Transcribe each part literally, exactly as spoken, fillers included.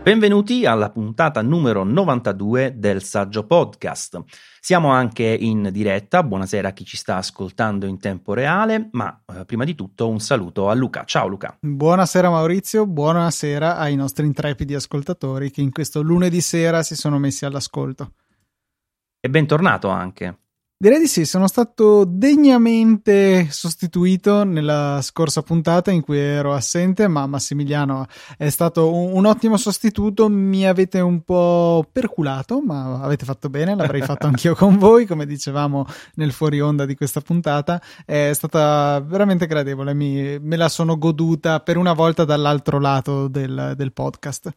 Benvenuti alla puntata numero novantadue del Saggio Podcast. Siamo anche in diretta, buonasera a chi ci sta ascoltando in tempo reale, ma eh, prima di tutto un saluto a Luca. Ciao Luca. Buonasera Maurizio, buonasera ai nostri intrepidi ascoltatori che in questo lunedì sera si sono messi all'ascolto. E bentornato anche. Direi di sì, sono stato degnamente sostituito nella scorsa puntata in cui ero assente, ma Massimiliano è stato un, un ottimo sostituto. Mi avete un po' perculato, ma avete fatto bene, l'avrei fatto anch'io con voi, come dicevamo nel fuori onda di questa puntata. È stata veramente gradevole, mi, me la sono goduta per una volta dall'altro lato del, del podcast.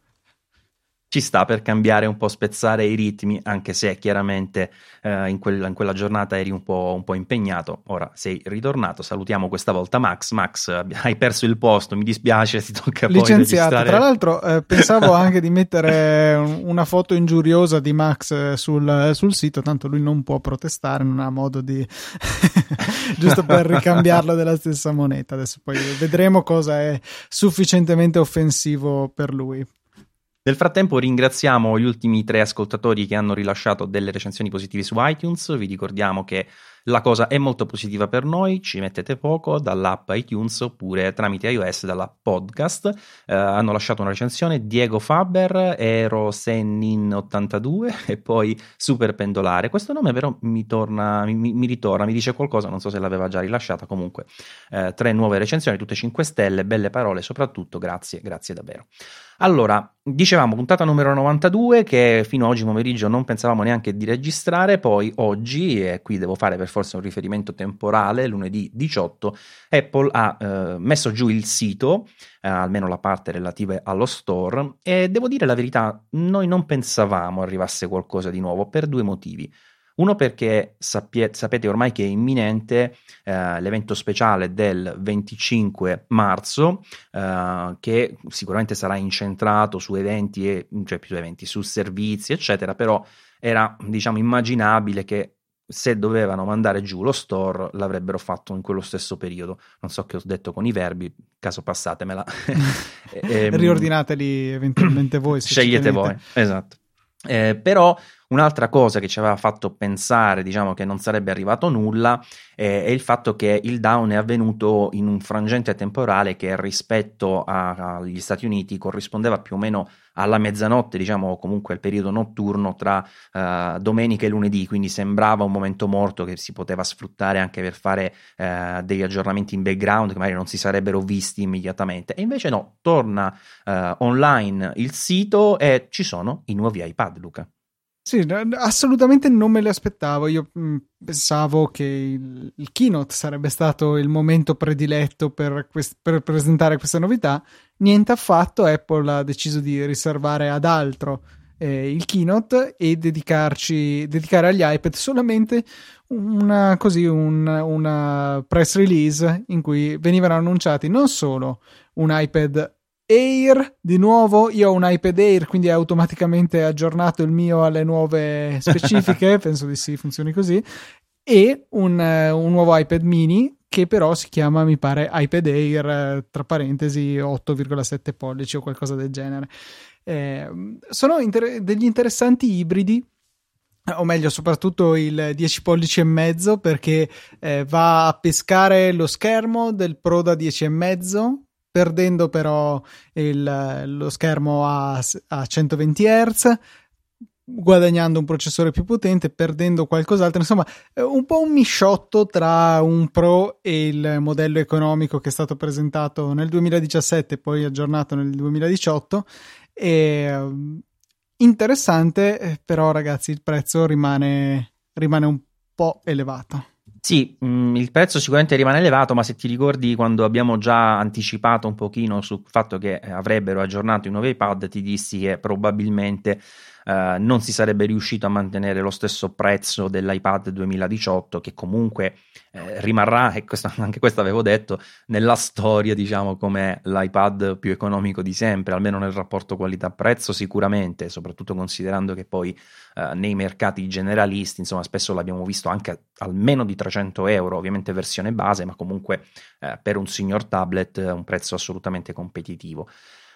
Ci sta per cambiare un po', spezzare i ritmi, anche se chiaramente eh, in, quella, in quella giornata eri un po', un po' impegnato. Ora sei ritornato, salutiamo questa volta Max. Max, hai perso il posto, mi dispiace, ti tocca poi licenziato. registrare. Tra l'altro eh, pensavo anche di mettere una foto ingiuriosa di Max sul, sul sito, tanto lui non può protestare, non ha modo di giusto per ricambiarlo della stessa moneta. Adesso poi vedremo cosa è sufficientemente offensivo per lui. Nel frattempo ringraziamo gli ultimi tre ascoltatori che hanno rilasciato delle recensioni positive su iTunes. Vi ricordiamo che la cosa è molto positiva per noi, ci mettete poco dall'app iTunes oppure tramite iOS dalla podcast. Eh, hanno lasciato una recensione Diego Faber, Ero Sennin ottantadue e poi Super Pendolare. Questo nome però mi torna, mi, mi ritorna, mi dice qualcosa, non so se l'aveva già rilasciata. Comunque eh, tre nuove recensioni, tutte cinque stelle, belle parole, soprattutto grazie, grazie davvero. Allora, dicevamo puntata numero novantadue che fino a oggi pomeriggio non pensavamo neanche di registrare, poi oggi, e qui devo fare per forza un riferimento temporale, lunedì diciotto, Apple ha eh, messo giù il sito, eh, almeno la parte relativa allo store, e devo dire la verità, noi non pensavamo arrivasse qualcosa di nuovo per due motivi. Uno perché sapie, sapete ormai che è imminente eh, l'evento speciale del venticinque marzo eh, che sicuramente sarà incentrato su eventi, e, cioè più eventi, su servizi eccetera, però era diciamo immaginabile che se dovevano mandare giù lo store l'avrebbero fatto in quello stesso periodo. Non so che ho detto con i verbi, caso passatemela. e, Riordinateli eventualmente voi. Se scegliete voi, esatto. Eh, però un'altra cosa che ci aveva fatto pensare, diciamo, che non sarebbe arrivato nulla eh, è il fatto che il down è avvenuto in un frangente temporale che rispetto a, agli Stati Uniti corrispondeva più o meno alla mezzanotte, diciamo, comunque al periodo notturno tra uh, domenica e lunedì, quindi sembrava un momento morto che si poteva sfruttare anche per fare uh, degli aggiornamenti in background che magari non si sarebbero visti immediatamente, e invece no, torna uh, online il sito e ci sono i nuovi iPad, Luca. Sì, assolutamente non me le aspettavo. Io mh, pensavo che il, il keynote sarebbe stato il momento prediletto per, quest- per presentare queste novità. Niente affatto, Apple ha deciso di riservare ad altro eh, il keynote e dedicarci, dedicare agli iPad solamente una, così, un, una press release in cui venivano annunciati non solo un iPad Air, di nuovo io ho un iPad Air, quindi è automaticamente aggiornato il mio alle nuove specifiche, penso di sì, funzioni così, e un, un nuovo iPad mini che però si chiama, mi pare, iPad Air, tra parentesi otto virgola sette pollici o qualcosa del genere. Eh, sono inter- degli interessanti ibridi, o meglio soprattutto il dieci pollici e mezzo, perché eh, va a pescare lo schermo del Pro da dieci e mezzo, perdendo però il, lo schermo a, a centoventi hertz, guadagnando un processore più potente, perdendo qualcos'altro. Insomma, un po' un misciotto tra un Pro e il modello economico che è stato presentato nel duemiladiciassette e poi aggiornato nel duemiladiciotto. E, interessante, però ragazzi il prezzo rimane, rimane un po' elevato. Sì, mh, il prezzo sicuramente rimane elevato, ma se ti ricordi quando abbiamo già anticipato un pochino sul fatto che avrebbero aggiornato i nuovi iPad, ti dissi che probabilmente Uh, non si sarebbe riuscito a mantenere lo stesso prezzo dell'iPad duemiladiciotto, che comunque eh, rimarrà, e questo, anche questo avevo detto, nella storia, diciamo, come l'iPad più economico di sempre, almeno nel rapporto qualità-prezzo sicuramente, soprattutto considerando che poi uh, nei mercati generalisti, insomma, spesso l'abbiamo visto anche a, almeno di trecento euro, ovviamente versione base, ma comunque uh, per un signor tablet un prezzo assolutamente competitivo.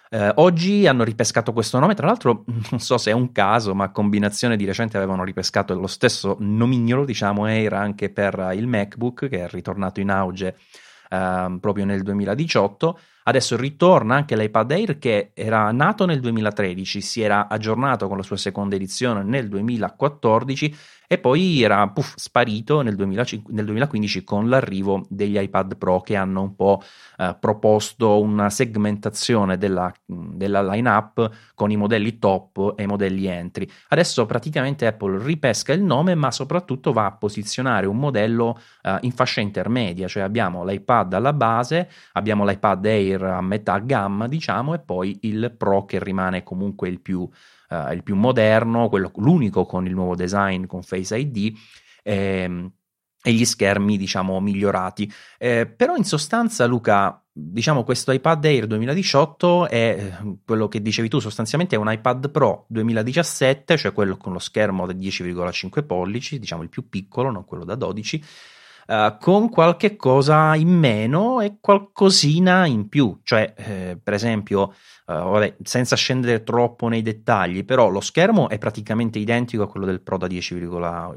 Eh, oggi hanno ripescato questo nome, tra l'altro non so se è un caso, ma a combinazione di recente avevano ripescato lo stesso nomignolo, diciamo, Air anche per il MacBook, che è ritornato in auge eh, proprio nel duemiladiciotto. Adesso ritorna anche l'iPad Air, che era nato nel duemilatredici, si era aggiornato con la sua seconda edizione nel duemilaquattordici e poi era puff, sparito nel, duemilacinque, nel duemilaquindici con l'arrivo degli iPad Pro, che hanno un po' eh, proposto una segmentazione della, della line-up con i modelli top e i modelli entry. Adesso praticamente Apple ripesca il nome, ma soprattutto va a posizionare un modello eh, in fascia intermedia, cioè abbiamo l'iPad alla base, abbiamo l'iPad Air a metà gamma, diciamo, e poi il Pro, che rimane comunque il più Uh, il più moderno, quello, l'unico con il nuovo design con Face I D ehm, e gli schermi, diciamo, migliorati. Eh, però in sostanza, Luca, diciamo, questo iPad Air duemiladiciotto è quello che dicevi tu, sostanzialmente è un iPad Pro duemiladiciassette, cioè quello con lo schermo da dieci virgola cinque pollici, diciamo il più piccolo, non quello da dodici, Uh, con qualche cosa in meno e qualcosina in più, cioè eh, per esempio, uh, vabbè, senza scendere troppo nei dettagli, però lo schermo è praticamente identico a quello del Pro da dieci virgola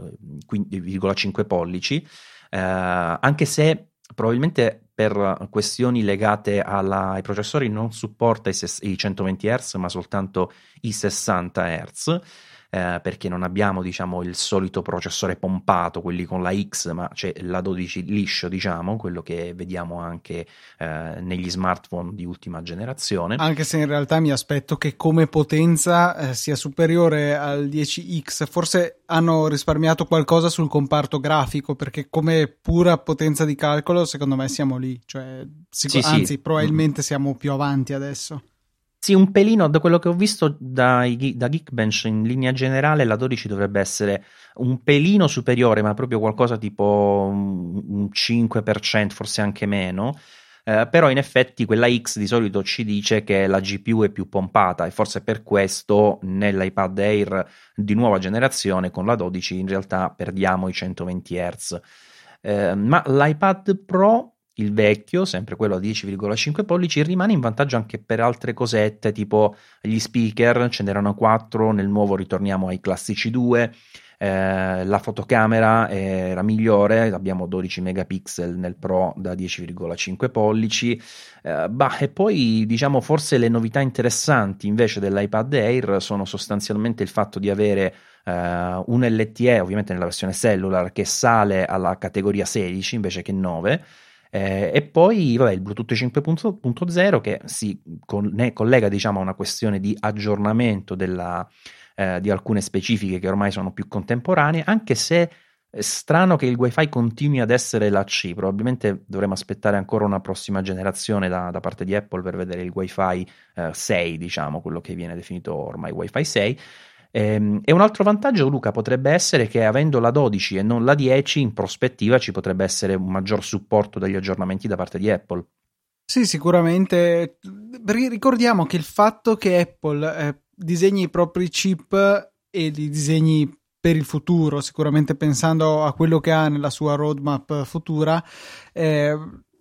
cinque pollici, uh, anche se probabilmente per questioni legate alla, ai processori non supporta i, ses- i centoventi hertz, ma soltanto i sessanta hertz. Eh, perché non abbiamo, diciamo, il solito processore pompato, quelli con la X, ma c'è la dodici liscio, diciamo, quello che vediamo anche eh, negli smartphone di ultima generazione. Anche se in realtà mi aspetto che come potenza eh, sia superiore al dieci X. Forse hanno risparmiato qualcosa sul comparto grafico, perché come pura potenza di calcolo secondo me siamo lì, cioè, sicur- sì, anzi sì. probabilmente siamo più avanti adesso. Sì, un pelino, da quello che ho visto dai, da Geekbench, in linea generale la dodici dovrebbe essere un pelino superiore, ma proprio qualcosa tipo un cinque per cento, forse anche meno, eh, però in effetti quella X di solito ci dice che la G P U è più pompata e forse per questo nell'iPad Air di nuova generazione con la dodici in realtà perdiamo i centoventi hertz. Eh, ma l'iPad Pro, il vecchio, sempre quello a dieci virgola cinque pollici, rimane in vantaggio anche per altre cosette, tipo gli speaker, ce n'erano quattro, nel nuovo ritorniamo ai classici due, eh, la fotocamera era migliore, abbiamo dodici megapixel nel Pro da dieci virgola cinque pollici, eh, bah, e poi diciamo forse le novità interessanti invece dell'iPad Air sono sostanzialmente il fatto di avere uh, un L T E, ovviamente nella versione cellular, che sale alla categoria sedici invece che nove. Eh, e poi vabbè, il Bluetooth cinque punto zero che si con- ne collega, diciamo, a una questione di aggiornamento della, eh, di alcune specifiche che ormai sono più contemporanee, anche se è strano che il Wi-Fi continui ad essere la C. Probabilmente dovremo aspettare ancora una prossima generazione da, da parte di Apple per vedere il Wi-Fi eh, sei, diciamo, quello che viene definito ormai Wi-Fi sei. Ehm, E un altro vantaggio, Luca, potrebbe essere che avendo la dodici e non la dieci, in prospettiva ci potrebbe essere un maggior supporto degli aggiornamenti da parte di Apple. Sì, sicuramente. Ricordiamo che il fatto che Apple eh, disegni i propri chip e li disegni per il futuro, sicuramente pensando a quello che ha nella sua roadmap futura, eh,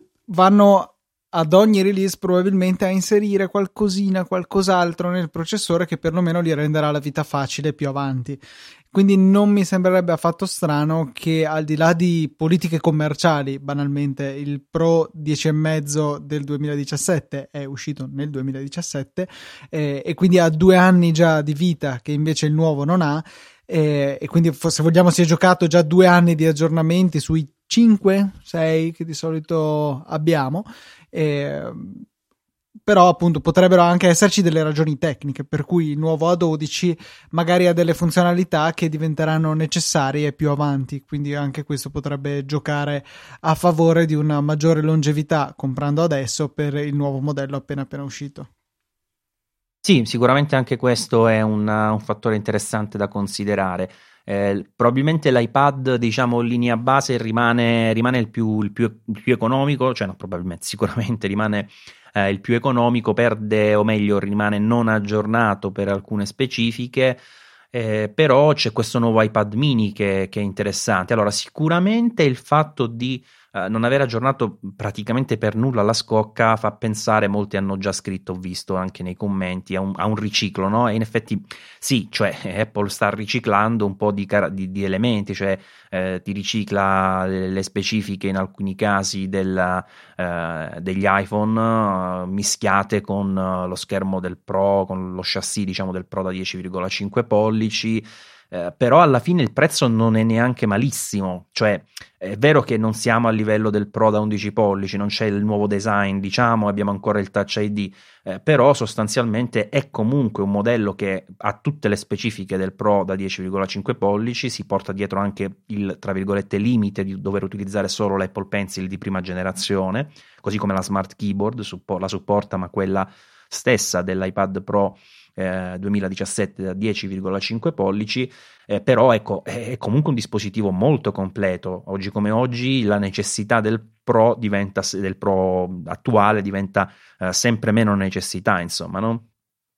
vanno ad ogni release probabilmente a inserire qualcosina, qualcos'altro nel processore che perlomeno gli renderà la vita facile più avanti. Quindi non mi sembrerebbe affatto strano che, al di là di politiche commerciali, banalmente il Pro dieci e mezzo del duemiladiciassette è uscito nel duemiladiciassette eh, e quindi ha due anni già di vita che invece il nuovo non ha, eh, e quindi se vogliamo si è giocato già due anni di aggiornamenti sui cinque sei che di solito abbiamo. Eh, però appunto potrebbero anche esserci delle ragioni tecniche per cui il nuovo A dodici magari ha delle funzionalità che diventeranno necessarie più avanti, quindi anche questo potrebbe giocare a favore di una maggiore longevità comprando adesso per il nuovo modello appena appena uscito. Sì, sicuramente anche questo è un, un fattore interessante da considerare. Eh, probabilmente l'iPad, diciamo, in linea base rimane, rimane il, più, il, più, il più economico, cioè no, probabilmente, sicuramente rimane eh, il più economico, perde, o meglio, rimane non aggiornato per alcune specifiche, eh, però c'è questo nuovo iPad mini che, che è interessante. Allora, sicuramente il fatto di eh, non aver aggiornato praticamente per nulla la scocca fa pensare, molti hanno già scritto, ho visto anche nei commenti, a un, a un riciclo, no? E in effetti sì, cioè Apple sta riciclando un po' di, car- di, di elementi, cioè eh, ti ricicla le, le specifiche in alcuni casi della, eh, degli iPhone, uh, mischiate con uh, lo schermo del Pro, con lo chassis diciamo del Pro da dieci virgola cinque pollici. Eh, però alla fine il prezzo non è neanche malissimo, cioè è vero che non siamo a livello del Pro da undici pollici, non c'è il nuovo design, diciamo, abbiamo ancora il Touch I D, eh, però sostanzialmente è comunque un modello che ha tutte le specifiche del Pro da dieci virgola cinque pollici, si porta dietro anche il, tra virgolette, limite di dover utilizzare solo l'Apple Pencil di prima generazione, così come la Smart Keyboard suppo- la supporta, ma quella stessa dell'iPad Pro Eh, duemiladiciassette da dieci virgola cinque pollici, eh, però ecco è comunque un dispositivo molto completo. Oggi come oggi la necessità del Pro diventa, del Pro attuale diventa eh, sempre meno necessità, insomma, no?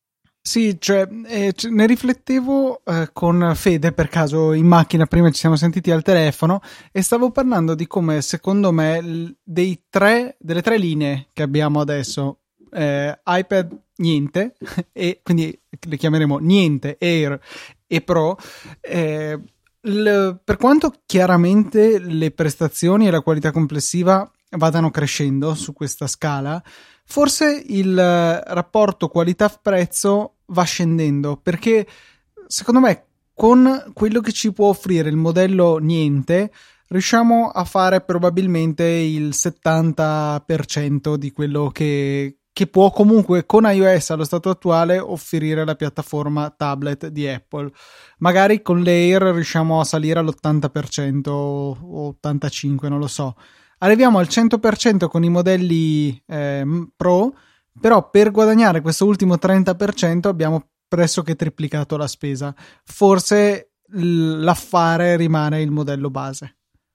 Sì, cioè, eh, ne riflettevo eh, con Fede per caso in macchina, prima ci siamo sentiti al telefono e stavo parlando di come secondo me l- dei tre, delle tre linee che abbiamo adesso, eh, iPad niente, e quindi le chiameremo niente, Air e Pro, eh, l- per quanto chiaramente le prestazioni e la qualità complessiva vadano crescendo su questa scala, forse il rapporto qualità-prezzo va scendendo, perché secondo me con quello che ci può offrire il modello niente riusciamo a fare probabilmente il settanta per cento di quello che, che può comunque con iOS allo stato attuale offrire la piattaforma tablet di Apple. Magari con l'Air riusciamo a salire all'ottanta per cento o ottantacinque per cento, non lo so. Arriviamo al cento per cento con i modelli eh, Pro, però per guadagnare questo ultimo trenta per cento abbiamo pressoché triplicato la spesa. Forse l'affare rimane il modello base.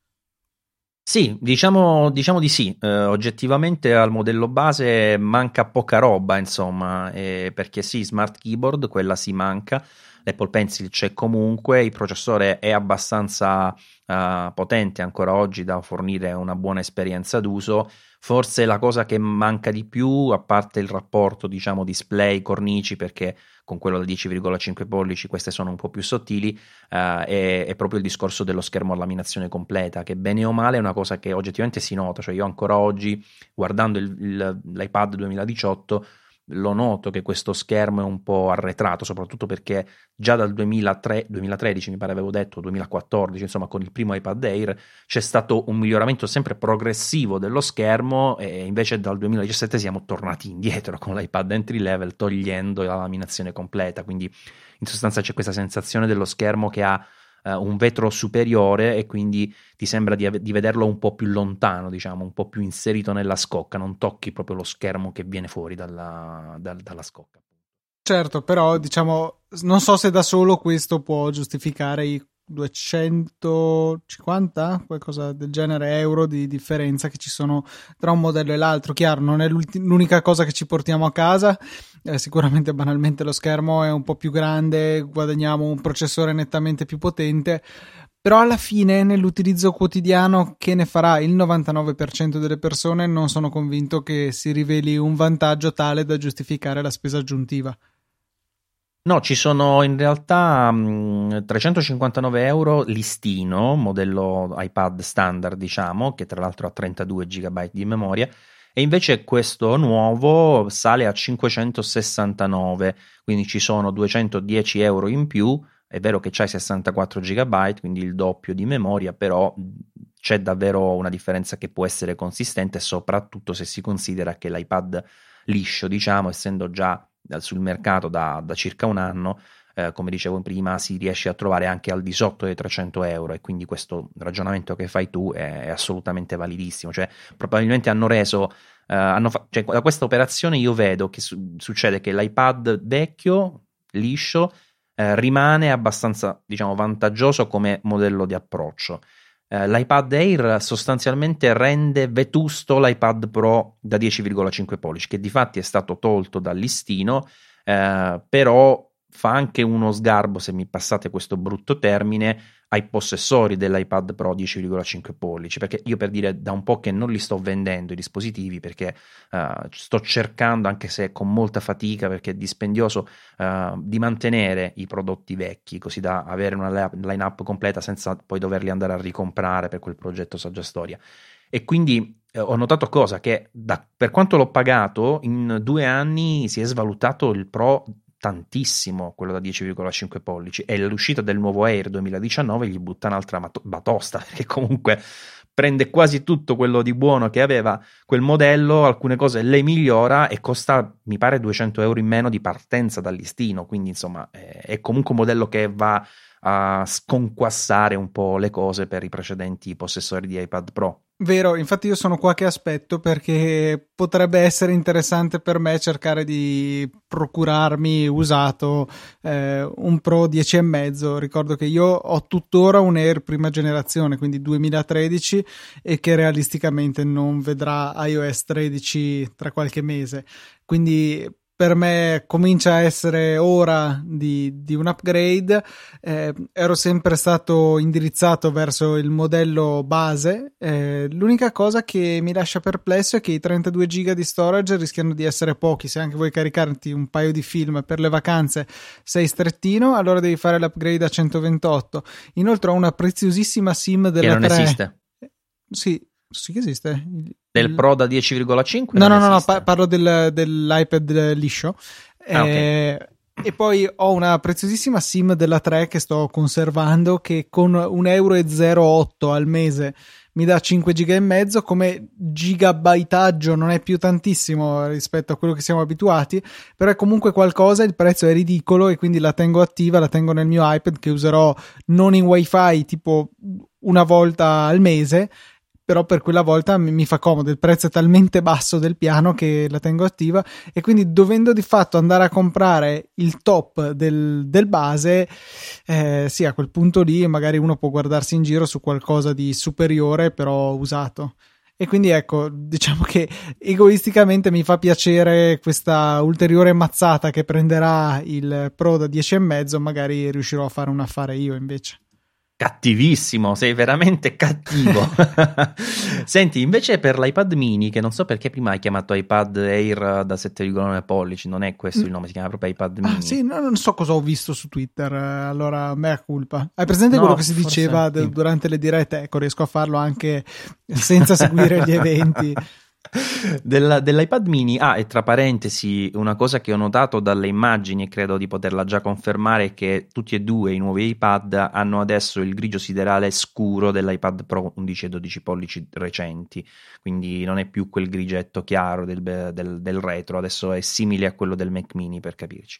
Sì, diciamo, diciamo di sì. Eh, oggettivamente al modello base manca poca roba, insomma, eh, perché sì, Smart Keyboard, quella si manca, l'Apple Pencil c'è comunque, il processore è abbastanza uh, potente ancora oggi da fornire una buona esperienza d'uso. Forse la cosa che manca di più, a parte il rapporto, diciamo, display, cornici, perché con quello da dieci virgola cinque pollici queste sono un po' più sottili, uh, è, è proprio il discorso dello schermo a laminazione completa, che bene o male è una cosa che oggettivamente si nota. Cioè io ancora oggi, guardando il, il, l'iPad duemiladiciotto, lo noto che questo schermo è un po' arretrato, soprattutto perché già dal duemilatré, duemilatredici mi pare avevo detto, duemilaquattordici, insomma con il primo iPad Air c'è stato un miglioramento sempre progressivo dello schermo, e invece dal duemiladiciassette siamo tornati indietro con l'iPad entry level, togliendo la laminazione completa. Quindi in sostanza c'è questa sensazione dello schermo che ha uh, un vetro superiore e quindi ti sembra di, di vederlo un po' più lontano, diciamo, un po' più inserito nella scocca, non tocchi proprio lo schermo che viene fuori dalla, dal, dalla scocca. Certo, però diciamo, non so se da solo questo può giustificare i duecentocinquanta, qualcosa del genere, euro di differenza che ci sono tra un modello e l'altro. Chiaro, non è l'unica cosa che ci portiamo a casa, eh, sicuramente banalmente lo schermo è un po' più grande, guadagniamo un processore nettamente più potente, però alla fine nell'utilizzo quotidiano che ne farà il novantanove per cento delle persone non sono convinto che si riveli un vantaggio tale da giustificare la spesa aggiuntiva. No, ci sono in realtà mh, trecentocinquantanove euro listino, modello iPad standard, diciamo, che tra l'altro ha trentadue giga di memoria, e invece questo nuovo sale a cinquecentosessantanove, quindi ci sono duecentodieci euro in più. È vero che c'hai sessantaquattro giga, quindi il doppio di memoria, però c'è davvero una differenza che può essere consistente, soprattutto se si considera che l'iPad liscio, diciamo, essendo già sul mercato da, da circa un anno, eh, come dicevo prima, si riesce a trovare anche al di sotto dei trecento euro, e quindi questo ragionamento che fai tu è, è assolutamente validissimo. Cioè probabilmente hanno reso eh, hanno fa- cioè, da questa operazione io vedo che su- succede che l'iPad vecchio, liscio, eh, rimane abbastanza, diciamo, vantaggioso come modello di approccio. Uh, l'iPad Air sostanzialmente rende vetusto l'iPad Pro da dieci virgola cinque pollici, che di fatti è stato tolto dal listino, uh, però fa anche uno sgarbo, se mi passate questo brutto termine, ai possessori dell'iPad Pro dieci virgola cinque pollici, perché io, per dire, da un po' che non li sto vendendo i dispositivi, perché uh, sto cercando, anche se con molta fatica perché è dispendioso, uh, di mantenere i prodotti vecchi, così da avere una line-up completa senza poi doverli andare a ricomprare per quel progetto Saggia Storia. E quindi eh, ho notato cosa, che da, per quanto l'ho pagato, in due anni si è svalutato il Pro tantissimo, quello da dieci virgola cinque pollici, e l'uscita del nuovo Air duemiladiciannove gli butta un'altra mat- batosta, perché comunque prende quasi tutto quello di buono che aveva quel modello, alcune cose le migliora e costa, mi pare, duecento euro in meno di partenza dal listino, quindi insomma è, è comunque un modello che va a sconquassare un po' le cose per i precedenti possessori di iPad Pro. Vero, infatti io sono qua che aspetto, perché potrebbe essere interessante per me cercare di procurarmi usato eh, un Pro dieci e mezzo. Ricordo che io ho tuttora un Air prima generazione, quindi duemilatredici, e che realisticamente non vedrà iOS tredici tra qualche mese, quindi per me comincia a essere ora di, di un upgrade. Eh, ero sempre stato indirizzato verso il modello base. Eh, l'unica cosa che mi lascia perplesso è che i trentadue giga di storage rischiano di essere pochi. Se anche vuoi caricarti un paio di film per le vacanze, sei strettino, allora devi fare l'upgrade a centoventotto. Inoltre ho una preziosissima SIM della che non tre. esiste. Sì, sì che esiste. Del Pro da dieci virgola cinque? No, no, no, no, pa- parlo del, dell'iPad liscio. Ah, eh, okay. E poi ho una preziosissima SIM della tre che sto conservando, che con un euro e zero otto al mese mi dà cinque giga e mezzo. Come gigabytaggio non è più tantissimo rispetto a quello che siamo abituati, però è comunque qualcosa. Il prezzo è ridicolo e quindi la tengo attiva, la tengo nel mio iPad, che userò non in wifi, tipo una volta al mese, però per quella volta mi, mi fa comodo. Il prezzo è talmente basso del piano che la tengo attiva, e quindi, dovendo di fatto andare a comprare il top del, del base, eh, sì, a quel punto lì magari uno può guardarsi in giro su qualcosa di superiore però usato. E quindi ecco, diciamo che egoisticamente mi fa piacere questa ulteriore mazzata che prenderà il Pro da dieci e mezzo. Magari riuscirò a fare un affare io invece. Cattivissimo, sei veramente cattivo. Senti, invece per l'iPad mini, che non so perché prima hai chiamato iPad Air da sette virgola nove pollici, non è questo il nome, si chiama proprio iPad mini. Ah, sì, no, non so cosa ho visto su Twitter, allora mea culpa. Hai presente No, quello che si forse diceva sì. d- durante le dirette? Ecco, riesco a farlo anche senza seguire gli eventi. Della, dell'iPad mini, ah, e tra parentesi, una cosa che ho notato dalle immagini, e credo di poterla già confermare, è che tutti e due i nuovi iPad hanno adesso il grigio siderale scuro dell'iPad Pro undici e dodici pollici recenti, quindi non è più quel grigetto chiaro del, del, del retro, adesso è simile a quello del Mac mini, per capirci.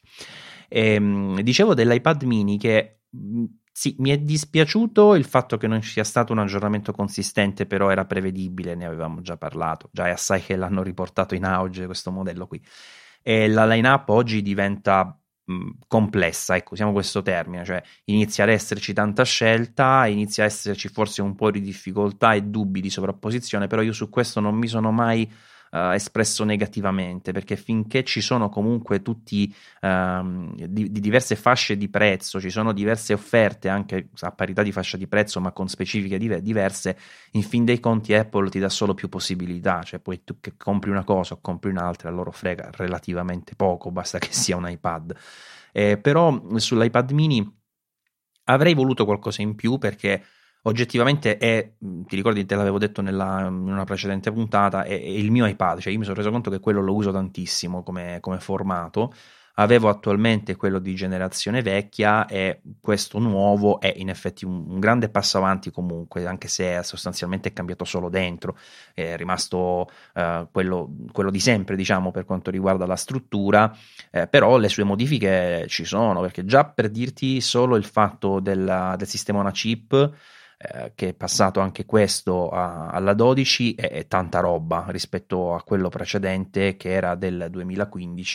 E, dicevo dell'iPad mini che... Sì, mi è dispiaciuto il fatto che non ci sia stato un aggiornamento consistente, però era prevedibile, ne avevamo già parlato, già è assai che l'hanno riportato in auge questo modello qui. E la line-up oggi diventa mh, complessa, ecco, usiamo questo termine, cioè inizia ad esserci tanta scelta, inizia ad esserci forse un po' di difficoltà e dubbi di sovrapposizione, però io su questo non mi sono mai Uh, espresso negativamente, perché finché ci sono comunque tutti uh, di, di diverse fasce di prezzo, ci sono diverse offerte anche a parità di fascia di prezzo ma con specifiche div- diverse, in fin dei conti Apple ti dà solo più possibilità, cioè poi tu che compri una cosa o compri un'altra, a loro frega relativamente poco, basta che sia un iPad. Eh, però sull'iPad mini avrei voluto qualcosa in più, perché oggettivamente è, ti ricordi, te l'avevo detto nella, in una precedente puntata, è, è il mio iPad, cioè io mi sono reso conto che quello lo uso tantissimo come, come formato. Avevo attualmente quello di generazione vecchia e questo nuovo è in effetti un, un grande passo avanti comunque, anche se sostanzialmente è cambiato solo dentro, è rimasto uh, quello, quello di sempre, diciamo, per quanto riguarda la struttura, eh, però le sue modifiche ci sono, perché già, per dirti, solo il fatto della, del sistema on a chip, Eh, che è passato anche questo a, alla dodici, è, è tanta roba rispetto a quello precedente che era del duemilaquindici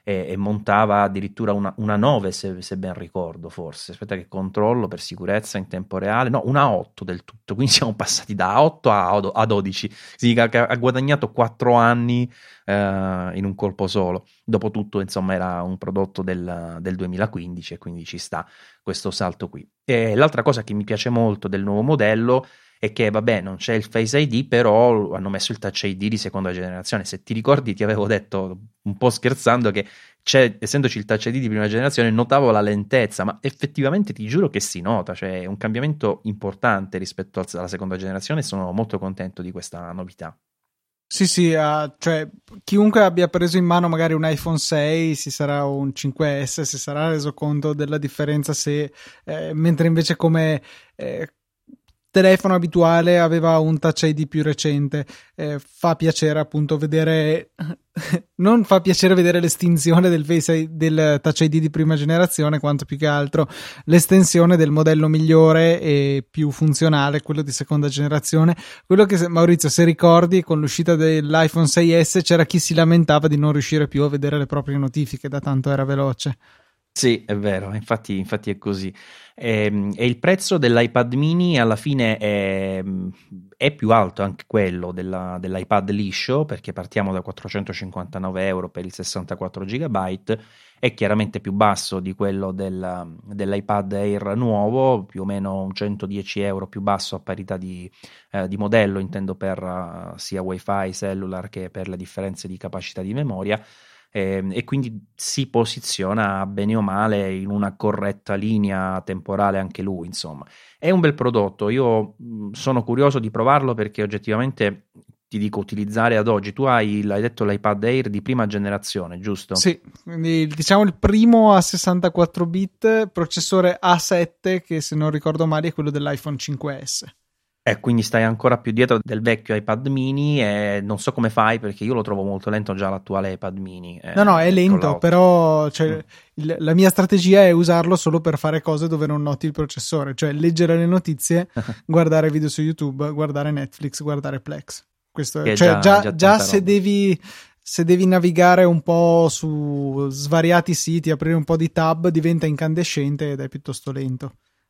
e, e montava addirittura una, una nove se, se ben ricordo, forse aspetta che controllo per sicurezza in tempo reale, no, una otto del tutto, quindi siamo passati da otto a dodici, significa che ha guadagnato quattro anni uh, in un colpo solo. Dopotutto insomma era un prodotto del, del duemilaquindici e quindi ci sta questo salto qui. E l'altra cosa che mi piace molto del nuovo modello è che vabbè non c'è il Face I D, però hanno messo il Touch I D di seconda generazione. Se ti ricordi ti avevo detto un po' scherzando che c'è, essendoci il Touch I D di prima generazione, notavo la lentezza, ma effettivamente ti giuro che si nota, cioè è un cambiamento importante rispetto alla seconda generazione e sono molto contento di questa novità. Sì, sì, uh, cioè chiunque abbia preso in mano magari un iPhone sei, si sarà un cinque S, si sarà reso conto della differenza se, eh, mentre invece come eh, telefono abituale aveva un Touch I D più recente. Eh, fa piacere appunto vedere non fa piacere vedere l'estinzione del, Face I D, del Touch I D di prima generazione, quanto più che altro l'estensione del modello migliore e più funzionale, quello di seconda generazione. Quello che, Maurizio, se ricordi, con l'uscita dell'iPhone sei S c'era chi si lamentava di non riuscire più a vedere le proprie notifiche da tanto era veloce. Sì, è vero, infatti, infatti è così. E, e il prezzo dell'iPad mini alla fine è, è più alto anche quello della, dell'iPad liscio, perché partiamo da quattrocentocinquantanove euro per il sessantaquattro giga, è chiaramente più basso di quello del, dell'iPad Air nuovo, più o meno centodieci euro più basso a parità di, eh, di modello, intendo per uh, sia wifi, cellular che per le differenze di capacità di memoria. E quindi si posiziona bene o male in una corretta linea temporale anche lui, insomma. È un bel prodotto, io sono curioso di provarlo perché oggettivamente ti dico utilizzare ad oggi, tu hai, l'hai detto, l'iPad Air di prima generazione, giusto? Sì, quindi diciamo il primo a sessantaquattro bit, processore A sette che se non ricordo male è quello dell'iPhone cinque S. E quindi stai ancora più dietro del vecchio iPad mini e non so come fai perché io lo trovo molto lento già l'attuale iPad mini. No, no, è lento, però cioè, mm. il, la mia strategia è usarlo solo per fare cose dove non noti il processore, cioè leggere le notizie, guardare video su YouTube, guardare Netflix, guardare Plex. Questo è, cioè, già, già, già, già se devi... se devi navigare un po' su svariati siti, aprire un po' di tab, diventa incandescente ed è piuttosto lento.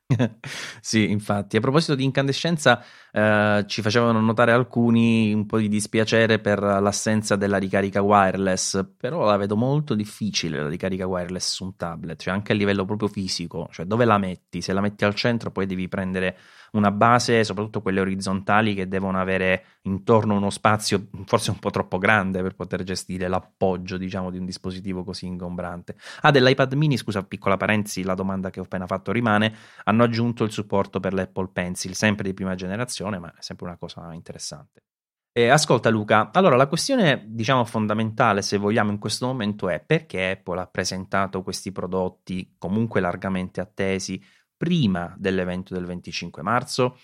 Sì, infatti. A proposito di incandescenza, eh, ci facevano notare alcuni un po' di dispiacere per l'assenza della ricarica wireless, però la vedo molto difficile la ricarica wireless su un tablet, cioè anche a livello proprio fisico, cioè dove la metti? Se la metti al centro poi devi prendere una base, soprattutto quelle orizzontali che devono avere intorno uno spazio forse un po' troppo grande per poter gestire l'appoggio, diciamo, di un dispositivo così ingombrante. Ah, dell'iPad mini, scusa, piccola parentesi, la domanda che ho appena fatto rimane, hanno aggiunto il supporto per l'Apple Pencil, sempre di prima generazione, ma è sempre una cosa interessante. E ascolta Luca, allora la questione, diciamo, fondamentale, se vogliamo, in questo momento è perché Apple ha presentato questi prodotti comunque largamente attesi prima dell'evento del venticinque marzo.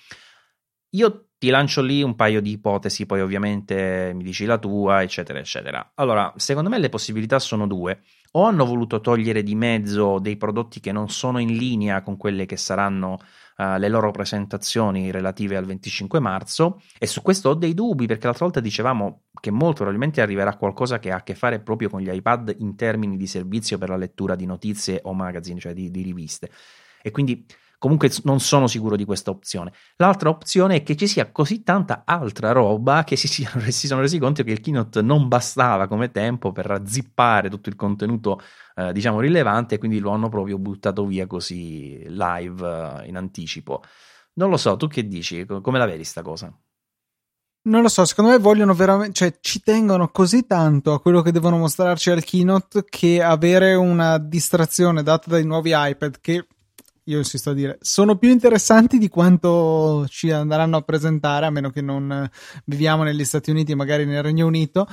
Io ti lancio lì un paio di ipotesi, poi ovviamente mi dici la tua, eccetera, eccetera. Allora, secondo me le possibilità sono due. O hanno voluto togliere di mezzo dei prodotti che non sono in linea con quelle che saranno uh, le loro presentazioni relative al venticinque marzo, e su questo ho dei dubbi, perché l'altra volta dicevamo che molto probabilmente arriverà qualcosa che ha a che fare proprio con gli iPad in termini di servizio per la lettura di notizie o magazine, cioè di, di riviste. E quindi comunque non sono sicuro di questa opzione. L'altra opzione è che ci sia così tanta altra roba che si, siano, si sono resi conto che il keynote non bastava come tempo per zippare tutto il contenuto eh, diciamo rilevante, e quindi lo hanno proprio buttato via così live eh, in anticipo. Non lo so, tu che dici? Come la vedi sta cosa? Non lo so, secondo me vogliono veramente, cioè ci tengono così tanto a quello che devono mostrarci al keynote che avere una distrazione data dai nuovi iPad, che io insisto a dire sono più interessanti di quanto ci andranno a presentare, a meno che non viviamo negli Stati Uniti e magari nel Regno Unito,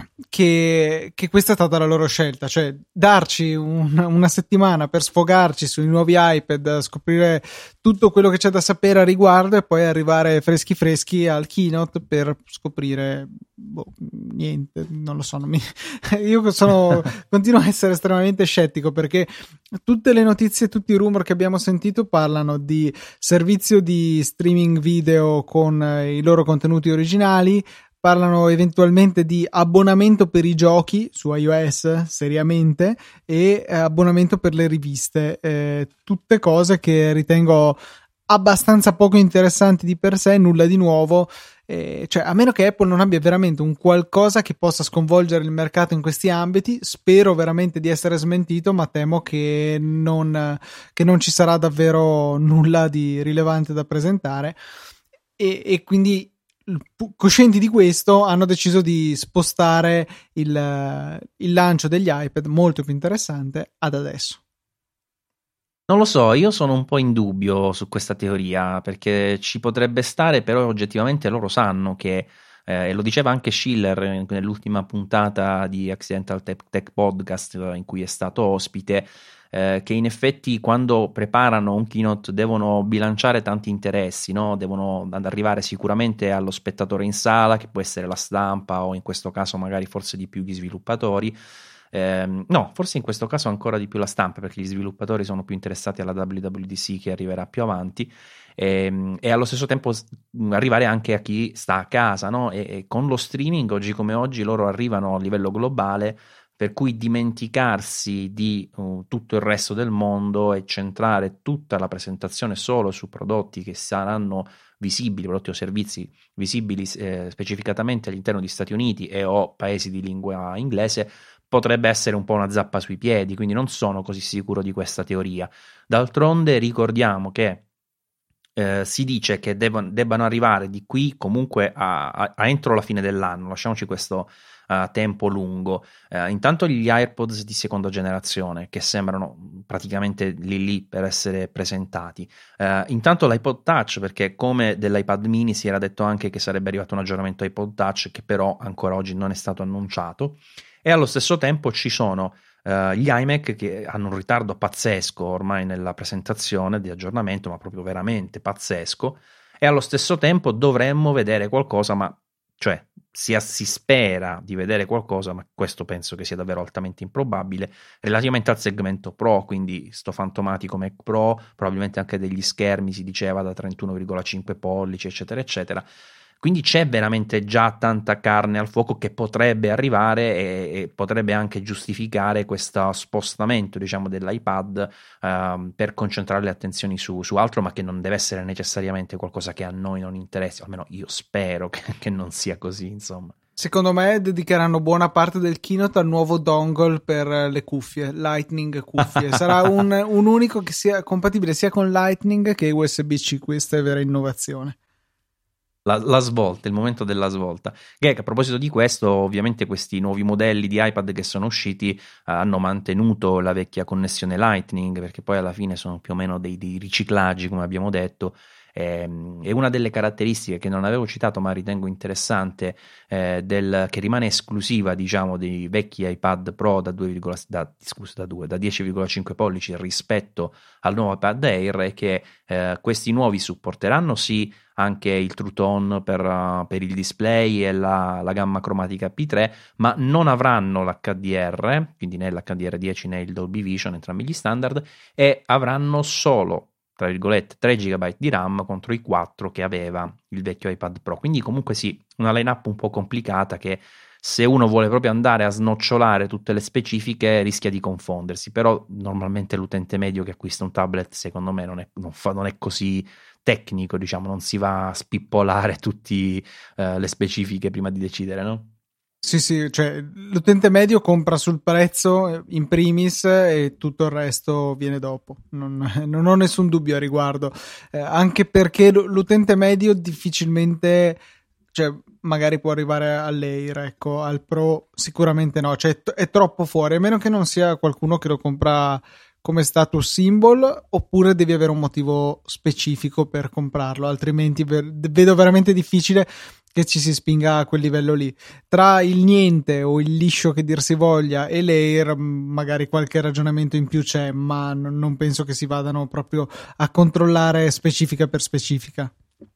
che, che questa è stata la loro scelta, cioè darci un, una settimana per sfogarci sui nuovi iPad, scoprire tutto quello che c'è da sapere a riguardo e poi arrivare freschi freschi al keynote per scoprire boh, niente, non lo so, non mi... io sono continuo a essere estremamente scettico, perché tutte le notizie, tutti i rumor che abbiamo sentito parlano di servizio di streaming video con i loro contenuti originali, parlano eventualmente di abbonamento per i giochi su iOS, seriamente, e eh, abbonamento per le riviste, eh, tutte cose che ritengo abbastanza poco interessanti di per sé, nulla di nuovo. Eh, cioè, a meno che Apple non abbia veramente un qualcosa che possa sconvolgere il mercato in questi ambiti, spero veramente di essere smentito, ma temo che non, che non ci sarà davvero nulla di rilevante da presentare, e, e quindi, coscienti di questo, hanno deciso di spostare il, il lancio degli iPad, molto più interessante, ad adesso. Non lo so, io sono un po' in dubbio su questa teoria, perché ci potrebbe stare, però oggettivamente loro sanno che, eh, e lo diceva anche Schiller nell'ultima puntata di Accidental Tech, Tech Podcast in cui è stato ospite, eh, che in effetti quando preparano un keynote devono bilanciare tanti interessi, no? Devono arrivare sicuramente allo spettatore in sala, che può essere la stampa o in questo caso magari forse di più gli sviluppatori. Eh, no, forse in questo caso ancora di più la stampa, perché gli sviluppatori sono più interessati alla W W D C che arriverà più avanti, e, e allo stesso tempo arrivare anche a chi sta a casa, no? E, e con lo streaming oggi come oggi loro arrivano a livello globale, per cui dimenticarsi di uh, tutto il resto del mondo e centrare tutta la presentazione solo su prodotti che saranno visibili, prodotti o servizi visibili eh, specificatamente all'interno di Stati Uniti e o paesi di lingua inglese, potrebbe essere un po' una zappa sui piedi, quindi non sono così sicuro di questa teoria. D'altronde ricordiamo che eh, si dice che debbano, debbano arrivare di qui comunque a, a, a entro la fine dell'anno, lasciamoci questo uh, tempo lungo. Uh, intanto gli AirPods di seconda generazione, che sembrano praticamente lì lì per essere presentati. Uh, intanto l'iPod Touch, perché come dell'iPad mini si era detto anche che sarebbe arrivato un aggiornamento iPod Touch, che però ancora oggi non è stato annunciato. E allo stesso tempo ci sono uh, gli iMac che hanno un ritardo pazzesco ormai nella presentazione di aggiornamento, ma proprio veramente pazzesco, e allo stesso tempo dovremmo vedere qualcosa, ma cioè si, si spera di vedere qualcosa, ma questo penso che sia davvero altamente improbabile, relativamente al segmento Pro, quindi sto fantomatico Mac Pro, probabilmente anche degli schermi, si diceva da trentuno virgola cinque pollici, eccetera, eccetera. Quindi c'è veramente già tanta carne al fuoco che potrebbe arrivare e, e potrebbe anche giustificare questo spostamento, diciamo, dell'iPad uh, per concentrare le attenzioni su, su altro, ma che non deve essere necessariamente qualcosa che a noi non interessi, almeno io spero che, che non sia così, insomma. Secondo me dedicheranno buona parte del keynote al nuovo dongle per le cuffie, Lightning cuffie. Sarà un, un unico che sia compatibile sia con Lightning che U S B C. Questa è vera innovazione. La, la svolta, il momento della svolta. Che a proposito di questo, ovviamente questi nuovi modelli di iPad che sono usciti uh, hanno mantenuto la vecchia connessione Lightning, perché poi alla fine sono più o meno dei, dei riciclaggi, come abbiamo detto. E una delle caratteristiche che non avevo citato ma ritengo interessante, eh, del, che rimane esclusiva, diciamo, dei vecchi iPad Pro da, due, da, scusa, da, due, da dieci virgola cinque pollici rispetto al nuovo iPad Air, è che eh, questi nuovi supporteranno sì anche il True Tone per, uh, per il display e la, la gamma cromatica P tre, ma non avranno l'H D R, quindi né l'H D R dieci né il Dolby Vision, entrambi gli standard, e avranno solo, tra virgolette, tre giga di RAM contro i quattro che aveva il vecchio iPad Pro. Quindi comunque sì, una line-up un po' complicata che, se uno vuole proprio andare a snocciolare tutte le specifiche, rischia di confondersi. Però normalmente l'utente medio che acquista un tablet, secondo me, non è, non fa, non è così tecnico, diciamo, non si va a spippolare tutte uh, le specifiche prima di decidere, no? Sì, sì, cioè l'utente medio compra sul prezzo in primis e tutto il resto viene dopo. Non, non ho nessun dubbio a riguardo, eh, anche perché l'utente medio difficilmente, cioè magari può arrivare all'Air, ecco, al Pro sicuramente no, cioè è troppo fuori, a meno che non sia qualcuno che lo compra come status symbol, oppure devi avere un motivo specifico per comprarlo, altrimenti vedo veramente difficile che ci si spinga a quel livello lì. Tra il niente o il liscio che dir si voglia e l'Air magari qualche ragionamento in più c'è, ma non penso che si vadano proprio a controllare specifica per specifica.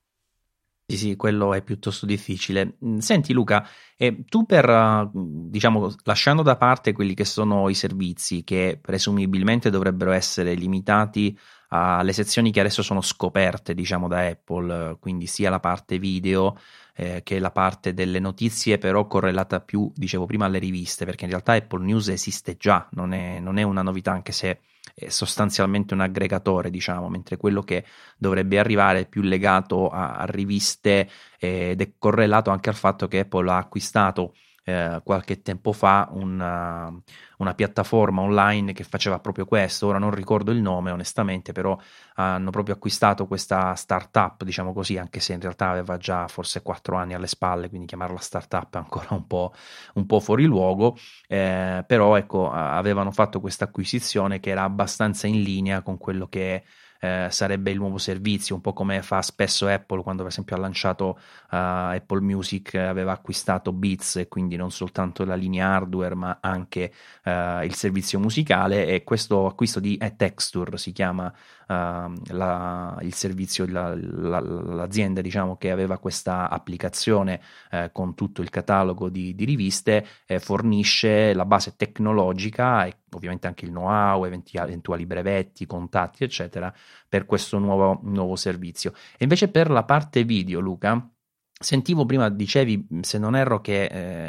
Sì, sì, quello è piuttosto difficile. Senti Luca, eh, tu per, diciamo, lasciando da parte quelli che sono i servizi che presumibilmente dovrebbero essere limitati alle sezioni che adesso sono scoperte, diciamo, da Apple, quindi sia la parte video eh, che la parte delle notizie, però correlata più, dicevo prima, alle riviste, perché in realtà Apple News esiste già, non è, non è una novità, anche se è sostanzialmente un aggregatore, diciamo, mentre quello che dovrebbe arrivare è più legato a, a riviste eh, ed è correlato anche al fatto che Apple ha acquistato Eh, qualche tempo fa una, una piattaforma online che faceva proprio questo. Ora non ricordo il nome onestamente, però hanno proprio acquistato questa startup, diciamo così, anche se in realtà aveva già forse quattro anni alle spalle, quindi chiamarla startup è ancora un po', un po' fuori luogo, eh, però ecco, avevano fatto questa acquisizione che era abbastanza in linea con quello che Eh, sarebbe il nuovo servizio, un po' come fa spesso Apple quando per esempio ha lanciato uh, Apple Music, aveva acquistato Beats e quindi non soltanto la linea hardware ma anche uh, il servizio musicale, e questo acquisto di eTexture si chiama uh, la, il servizio, la, la, l'azienda diciamo che aveva questa applicazione uh, con tutto il catalogo di, di riviste, eh, fornisce la base tecnologica e ovviamente anche il know-how, eventuali brevetti, contatti, eccetera, per questo nuovo, nuovo servizio. E invece per la parte video, Luca, sentivo prima, dicevi, se non erro, che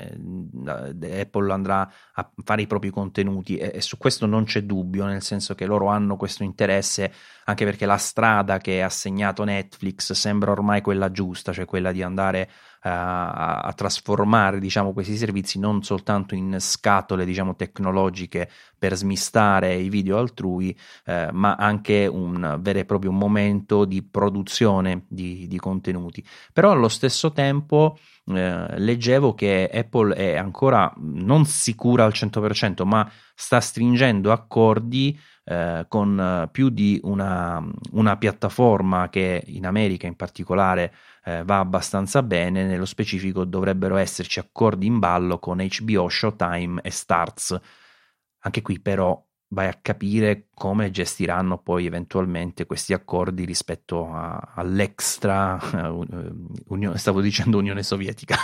eh, Apple andrà a fare i propri contenuti e, e su questo non c'è dubbio, nel senso che loro hanno questo interesse, anche perché la strada che ha segnato Netflix sembra ormai quella giusta, cioè quella di andare a, a trasformare, diciamo, questi servizi non soltanto in scatole, diciamo, tecnologiche per smistare i video altrui, eh, ma anche un vero e proprio momento di produzione di, di contenuti. Però allo stesso tempo eh, leggevo che Apple è ancora non sicura al cento per cento, ma sta stringendo accordi eh, con più di una, una piattaforma che in America in particolare eh, va abbastanza bene. Nello specifico dovrebbero esserci accordi in ballo con H B O, Showtime e Starz. Anche qui però vai a capire come gestiranno poi eventualmente questi accordi rispetto a, all'extra uh, unione, stavo dicendo Unione Sovietica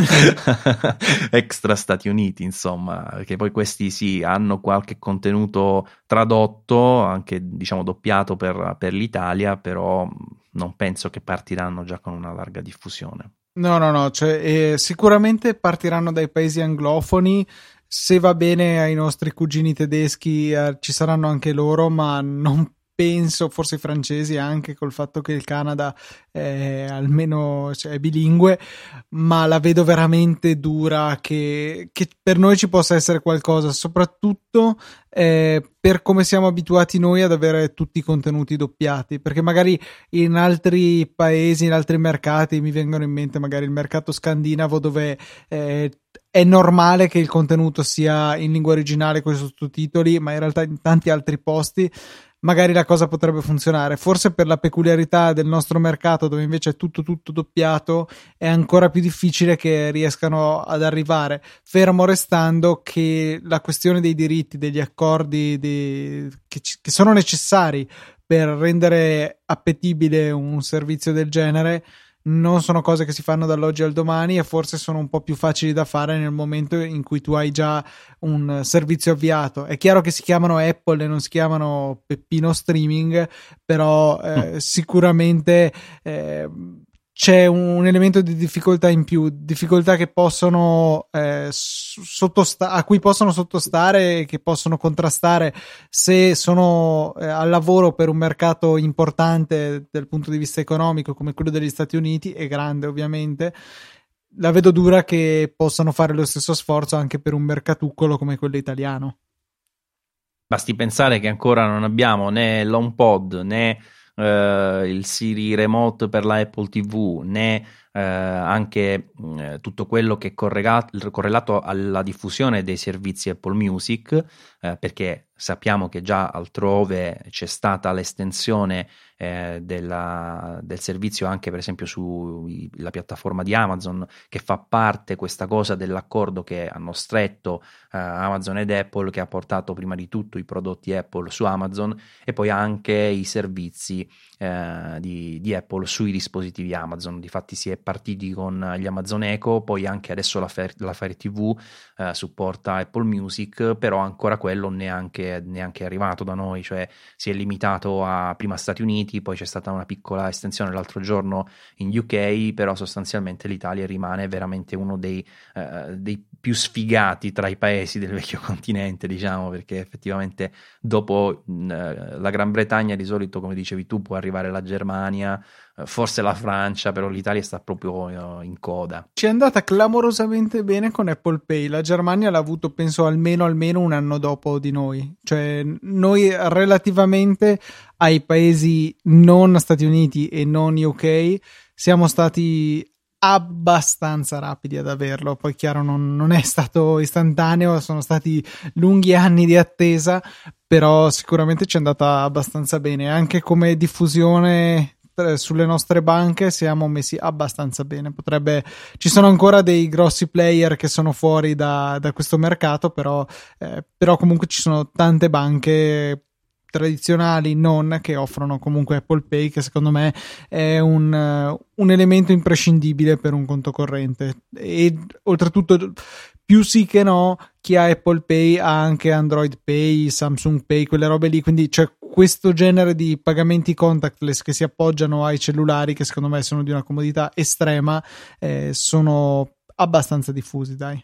extra Stati Uniti, insomma, che poi questi sì hanno qualche contenuto tradotto, anche diciamo doppiato per, per l'Italia, però non penso che partiranno già con una larga diffusione. No, no, no, cioè, eh, sicuramente partiranno dai paesi anglofoni. Se va bene ai nostri cugini tedeschi eh, ci saranno anche loro, ma non penso, forse i francesi anche, col fatto che il Canada è almeno cioè, è bilingue, ma la vedo veramente dura che, che per noi ci possa essere qualcosa, soprattutto eh, per come siamo abituati noi ad avere tutti i contenuti doppiati, perché magari in altri paesi, in altri mercati, mi vengono in mente magari il mercato scandinavo dove eh, è normale che il contenuto sia in lingua originale con i sottotitoli, ma in realtà in tanti altri posti magari la cosa potrebbe funzionare. Forse per la peculiarità del nostro mercato, dove invece è tutto tutto doppiato, è ancora più difficile che riescano ad arrivare, fermo restando che la questione dei diritti, degli accordi di, che, che sono necessari per rendere appetibile un servizio del genere non sono cose che si fanno dall'oggi al domani, e forse sono un po' più facili da fare nel momento in cui tu hai già un servizio avviato. È chiaro che si chiamano Apple e non si chiamano Peppino Streaming, però eh, mm. sicuramente eh, c'è un elemento di difficoltà in più, difficoltà che possono eh, sottosta- a cui possono sottostare e che possono contrastare se sono eh, al lavoro per un mercato importante dal punto di vista economico come quello degli Stati Uniti, e grande ovviamente. La vedo dura che possano fare lo stesso sforzo anche per un mercatuccolo come quello italiano. Basti pensare che ancora non abbiamo né l'HomePod né Uh, il Siri Remote per la Apple ti vu, né uh, anche uh, tutto quello che è correlato, correlato alla diffusione dei servizi Apple Music, uh, perché sappiamo che già altrove c'è stata l'estensione eh, della, del servizio anche per esempio sulla piattaforma di Amazon, che fa parte questa cosa dell'accordo che hanno stretto uh, Amazon ed Apple, che ha portato prima di tutto i prodotti Apple su Amazon e poi anche i servizi eh, di, di Apple sui dispositivi Amazon. Difatti si è partiti con gli Amazon Echo, poi anche adesso la Fire, la Fire ti vu eh, supporta Apple Music, però ancora quello neanche, neanche è arrivato da noi, cioè si è limitato a prima Stati Uniti, poi c'è stata una piccola estensione l'altro giorno in U K, però sostanzialmente l'Italia rimane veramente uno dei, eh, dei più sfigati tra i paesi del vecchio continente, diciamo, perché effettivamente dopo mh, la Gran Bretagna di solito, come dicevi tu, può arrivare la Germania, eh, forse la Francia, però l'Italia sta proprio eh, in coda. Ci è andata clamorosamente bene con Apple Pay, la Germania l'ha avuto penso almeno almeno un anno dopo di noi, cioè noi relativamente ai paesi non Stati Uniti e non U K siamo stati abbastanza rapidi ad averlo. Poi chiaro non, non è stato istantaneo, sono stati lunghi anni di attesa, però sicuramente ci è andata abbastanza bene. Anche come diffusione sulle nostre banche siamo messi abbastanza bene. Potrebbe, ci sono ancora dei grossi player che sono fuori da, da questo mercato, però, eh, però comunque ci sono tante banche tradizionali non che offrono comunque Apple Pay, che secondo me è un, uh, un elemento imprescindibile per un conto corrente. E oltretutto più sì che no, chi ha Apple Pay ha anche Android Pay, Samsung Pay, quelle robe lì, quindi c'è questo genere di pagamenti contactless che si appoggiano ai cellulari, che secondo me sono di una comodità estrema, eh, sono abbastanza diffusi, dai.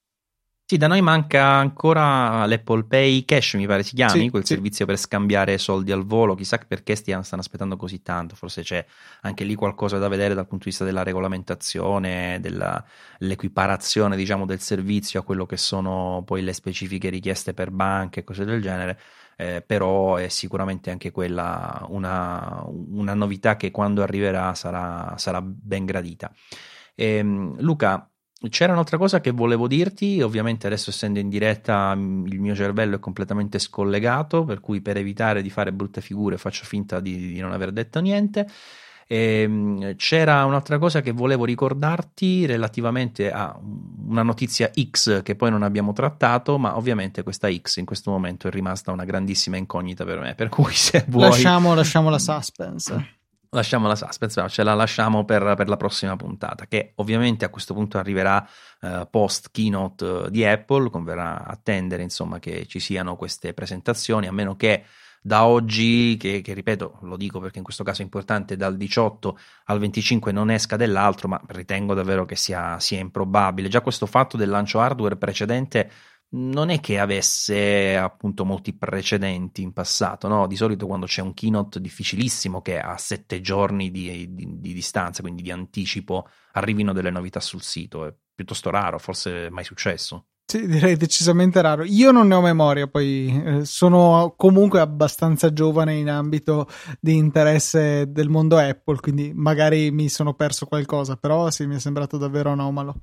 Sì, da noi manca ancora l'Apple Pay Cash, mi pare si chiami, sì, quel sì. servizio per scambiare soldi al volo. Chissà perché stiano, stanno aspettando così tanto. Forse c'è anche lì qualcosa da vedere dal punto di vista della regolamentazione, dell'equiparazione, diciamo, del servizio a quello che sono poi le specifiche richieste per banche e cose del genere. Eh, però è sicuramente anche quella una, una novità che quando arriverà sarà, sarà ben gradita. Ehm, Luca, c'era un'altra cosa che volevo dirti. Ovviamente adesso, essendo in diretta, il mio cervello è completamente scollegato, per cui per evitare di fare brutte figure faccio finta di, di non aver detto niente. E c'era un'altra cosa che volevo ricordarti relativamente a una notizia X che poi non abbiamo trattato, ma ovviamente questa X in questo momento è rimasta una grandissima incognita per me, per cui se vuoi lasciamo, lasciamo la suspense. Lasciamo la suspense, ce la lasciamo per, per la prossima puntata, che ovviamente a questo punto arriverà eh, post keynote di Apple. Converrà attendere insomma che ci siano queste presentazioni, a meno che da oggi, che, che ripeto, lo dico perché in questo caso è importante, dal diciotto al venticinque non esca dell'altro, ma ritengo davvero che sia, sia improbabile. Già questo fatto del lancio hardware precedente non è che avesse appunto molti precedenti in passato, no? Di solito quando c'è un keynote difficilissimo che ha sette giorni di, di, di distanza, quindi di anticipo, arrivino delle novità sul sito. È piuttosto raro, forse mai successo. Sì, direi decisamente raro. Io non ne ho memoria, poi eh, sono comunque abbastanza giovane in ambito di interesse del mondo Apple, quindi magari mi sono perso qualcosa, però sì, mi è sembrato davvero anomalo.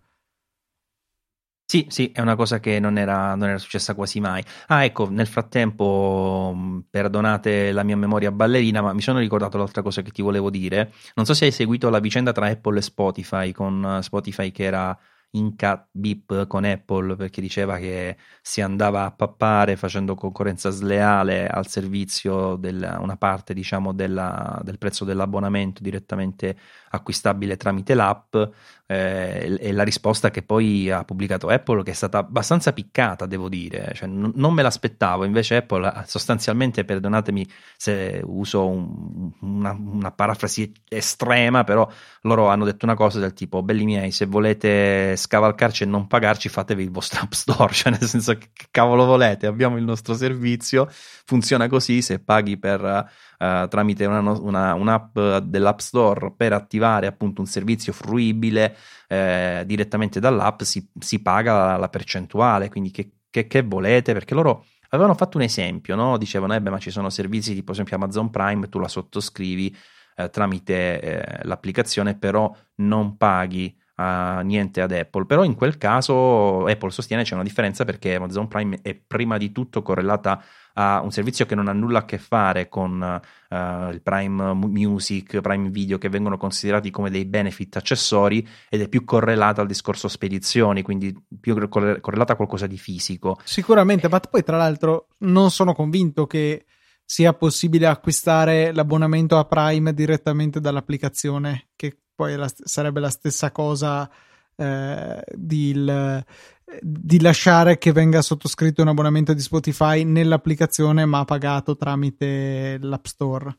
Sì, sì, è una cosa che non era, non era successa quasi mai. Ah, ecco, nel frattempo, perdonate la mia memoria ballerina, ma mi sono ricordato l'altra cosa che ti volevo dire. Non so se hai seguito la vicenda tra Apple e Spotify, con Spotify che era in cat beep con Apple perché diceva che si andava a pappare facendo concorrenza sleale al servizio della, una parte, diciamo, della, del prezzo dell'abbonamento direttamente acquistabile tramite l'app, eh, e la risposta che poi ha pubblicato Apple, che è stata abbastanza piccata, devo dire, cioè, n- non me l'aspettavo. Invece Apple sostanzialmente, perdonatemi se uso un, una, una parafrasi estrema, però loro hanno detto una cosa del tipo: belli miei, se volete scavalcarci e non pagarci, fatevi il vostro App Store, cioè nel senso, che cavolo volete, abbiamo il nostro servizio, funziona così, se paghi per uh, tramite una, una, un'app dell'App Store per attivare appunto un servizio fruibile eh, direttamente dall'app, si, si paga la percentuale, quindi che, che, che volete, perché loro avevano fatto un esempio, no? Dicevano, eh beh, ma ci sono servizi tipo, per esempio, Amazon Prime, tu la sottoscrivi eh, tramite eh, l'applicazione, però non paghi Uh, niente ad Apple. Però in quel caso Apple sostiene c'è una differenza, perché Amazon Prime è prima di tutto correlata a un servizio che non ha nulla a che fare con uh, il Prime Music, Prime Video, che vengono considerati come dei benefit accessori, ed è più correlata al discorso spedizioni, quindi più correlata a qualcosa di fisico. Sicuramente, ma poi tra l'altro non sono convinto che sia possibile acquistare l'abbonamento a Prime direttamente dall'applicazione, che poi la, sarebbe la stessa cosa eh, di, il, di lasciare che venga sottoscritto un abbonamento di Spotify nell'applicazione ma pagato tramite l'App Store.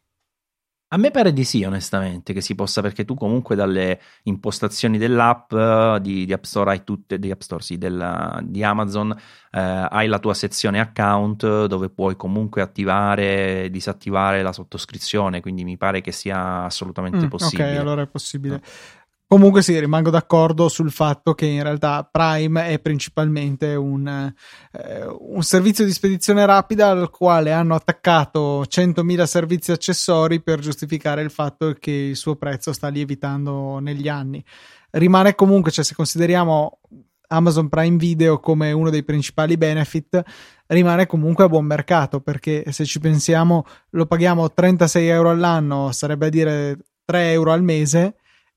A me pare di sì, onestamente, che si possa, perché tu comunque dalle impostazioni dell'app uh, di, di App Store hai tutte, di App Store, sì, della, di Amazon, uh, hai la tua sezione account dove puoi comunque attivare e disattivare la sottoscrizione, quindi mi pare che sia assolutamente Mm, possibile. ok, allora è possibile. No. Comunque sì, rimango d'accordo sul fatto che in realtà Prime è principalmente un, eh, un servizio di spedizione rapida al quale hanno attaccato centomila servizi accessori per giustificare il fatto che il suo prezzo sta lievitando negli anni. Rimane comunque, cioè se consideriamo Amazon Prime Video come uno dei principali benefit, rimane comunque a buon mercato, perché se ci pensiamo lo paghiamo trentasei euro all'anno, sarebbe a dire tre euro al mese.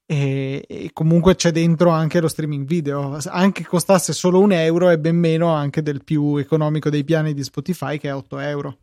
E, e comunque c'è dentro anche lo streaming video, anche costasse solo un euro è ben meno anche del più economico dei piani di Spotify che è otto euro.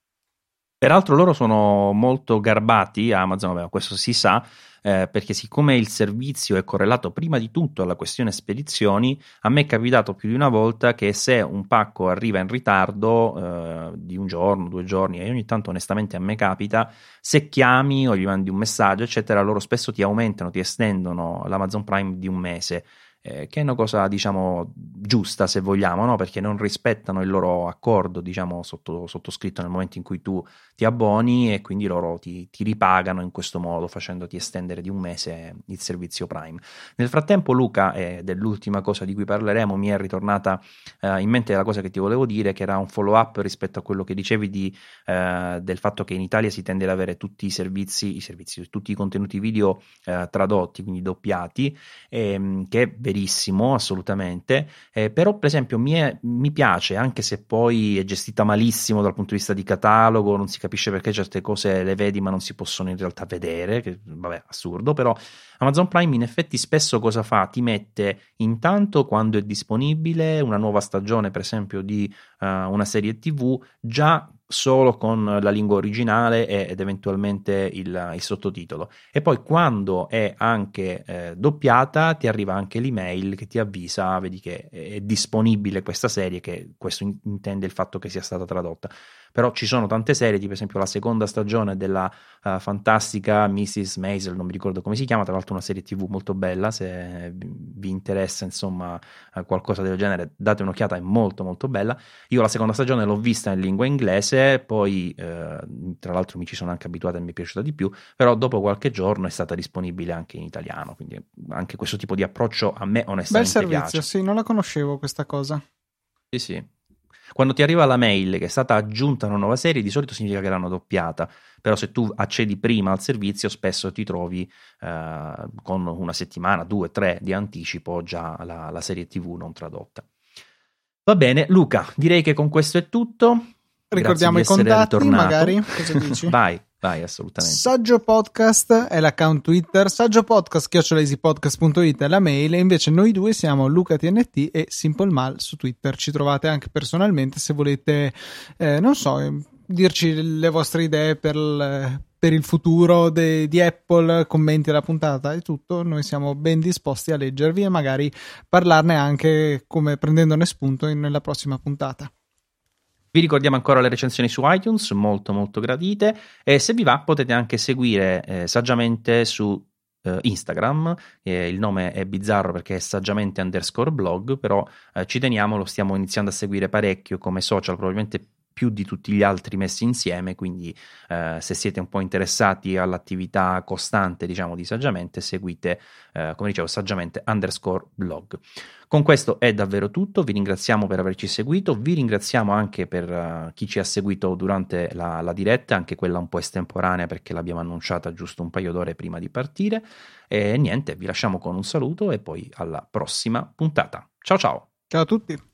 Peraltro loro sono molto garbati, Amazon, vabbè, questo si sa, eh, perché siccome il servizio è correlato prima di tutto alla questione spedizioni, a me è capitato più di una volta che se un pacco arriva in ritardo eh, di un giorno, due giorni, e ogni tanto onestamente a me capita, se chiami o gli mandi un messaggio, eccetera, loro spesso ti aumentano, ti estendono l'Amazon Prime di un mese. Eh, che è una cosa, diciamo, giusta se vogliamo, no? Perché non rispettano il loro accordo, diciamo, sotto, sottoscritto nel momento in cui tu ti abboni, e quindi loro ti, ti ripagano in questo modo, facendoti estendere di un mese il servizio Prime. Nel frattempo, Luca, eh, dell'ultima cosa di cui parleremo, mi è ritornata eh, in mente la cosa che ti volevo dire, che era un follow up rispetto a quello che dicevi di, eh, del fatto che in Italia si tende ad avere tutti i servizi, i servizi, tutti i contenuti video eh, tradotti, quindi doppiati, ehm, che è verissimo, assolutamente, eh, però per esempio mi, è, mi piace, anche se poi è gestita malissimo dal punto di vista di catalogo, non si capisce perché certe cose le vedi ma non si possono in realtà vedere, che vabbè, assurdo, però Amazon Prime in effetti spesso cosa fa? Ti mette intanto, quando è disponibile una nuova stagione per esempio di uh, una serie tivù, già solo con la lingua originale ed eventualmente il, il sottotitolo, e poi quando è anche eh, doppiata ti arriva anche l'email che ti avvisa, vedi che è disponibile questa serie, che questo in- intende il fatto che sia stata tradotta. Però ci sono tante serie, tipo per esempio la seconda stagione della uh, fantastica missus Maisel, non mi ricordo come si chiama, tra l'altro una serie tivù molto bella, se vi interessa insomma uh, qualcosa del genere date un'occhiata, è molto molto bella. Io la seconda stagione l'ho vista in lingua inglese, poi eh, tra l'altro mi ci sono anche abituato e mi è piaciuta di più, però dopo qualche giorno è stata disponibile anche in italiano, quindi anche questo tipo di approccio a me onestamente Bel servizio, piace. sì, non la conoscevo questa cosa. Sì, sì. Quando ti arriva la mail che è stata aggiunta una nuova serie, di solito significa che l'hanno doppiata, però se tu accedi prima al servizio spesso ti trovi eh, con una settimana, due, tre di anticipo già la, la serie tivù non tradotta. Va bene, Luca, direi che con questo è tutto. Ricordiamo i contatti, ritornato. Magari, cosa dici? Vai, vai, assolutamente. Saggio Podcast è l'account Twitter, Saggio Podcast chiocciola easypodcast punto it è la mail, e invece noi due siamo Luca T N T e Simple Mal su Twitter. Ci trovate anche personalmente se volete, eh, non so, dirci le vostre idee per il, per il futuro de, di Apple, commenti alla puntata e tutto. Noi siamo ben disposti a leggervi e magari parlarne anche come prendendone spunto in, nella prossima puntata. Vi ricordiamo ancora le recensioni su iTunes, molto molto gradite, e se vi va potete anche seguire eh, Saggiamente su eh, Instagram, eh, il nome è bizzarro perché è saggiamente underscore blog, però eh, ci teniamo, lo stiamo iniziando a seguire parecchio come social, probabilmente più di tutti gli altri messi insieme, quindi eh, se siete un po' interessati all'attività costante, diciamo, di Saggiamente, seguite, eh, come dicevo, saggiamente underscore blog. Con questo è davvero tutto, vi ringraziamo per averci seguito, vi ringraziamo anche per uh, chi ci ha seguito durante la, la diretta, anche quella un po' estemporanea perché l'abbiamo annunciata giusto un paio d'ore prima di partire, e niente, vi lasciamo con un saluto e poi alla prossima puntata. Ciao ciao! Ciao a tutti!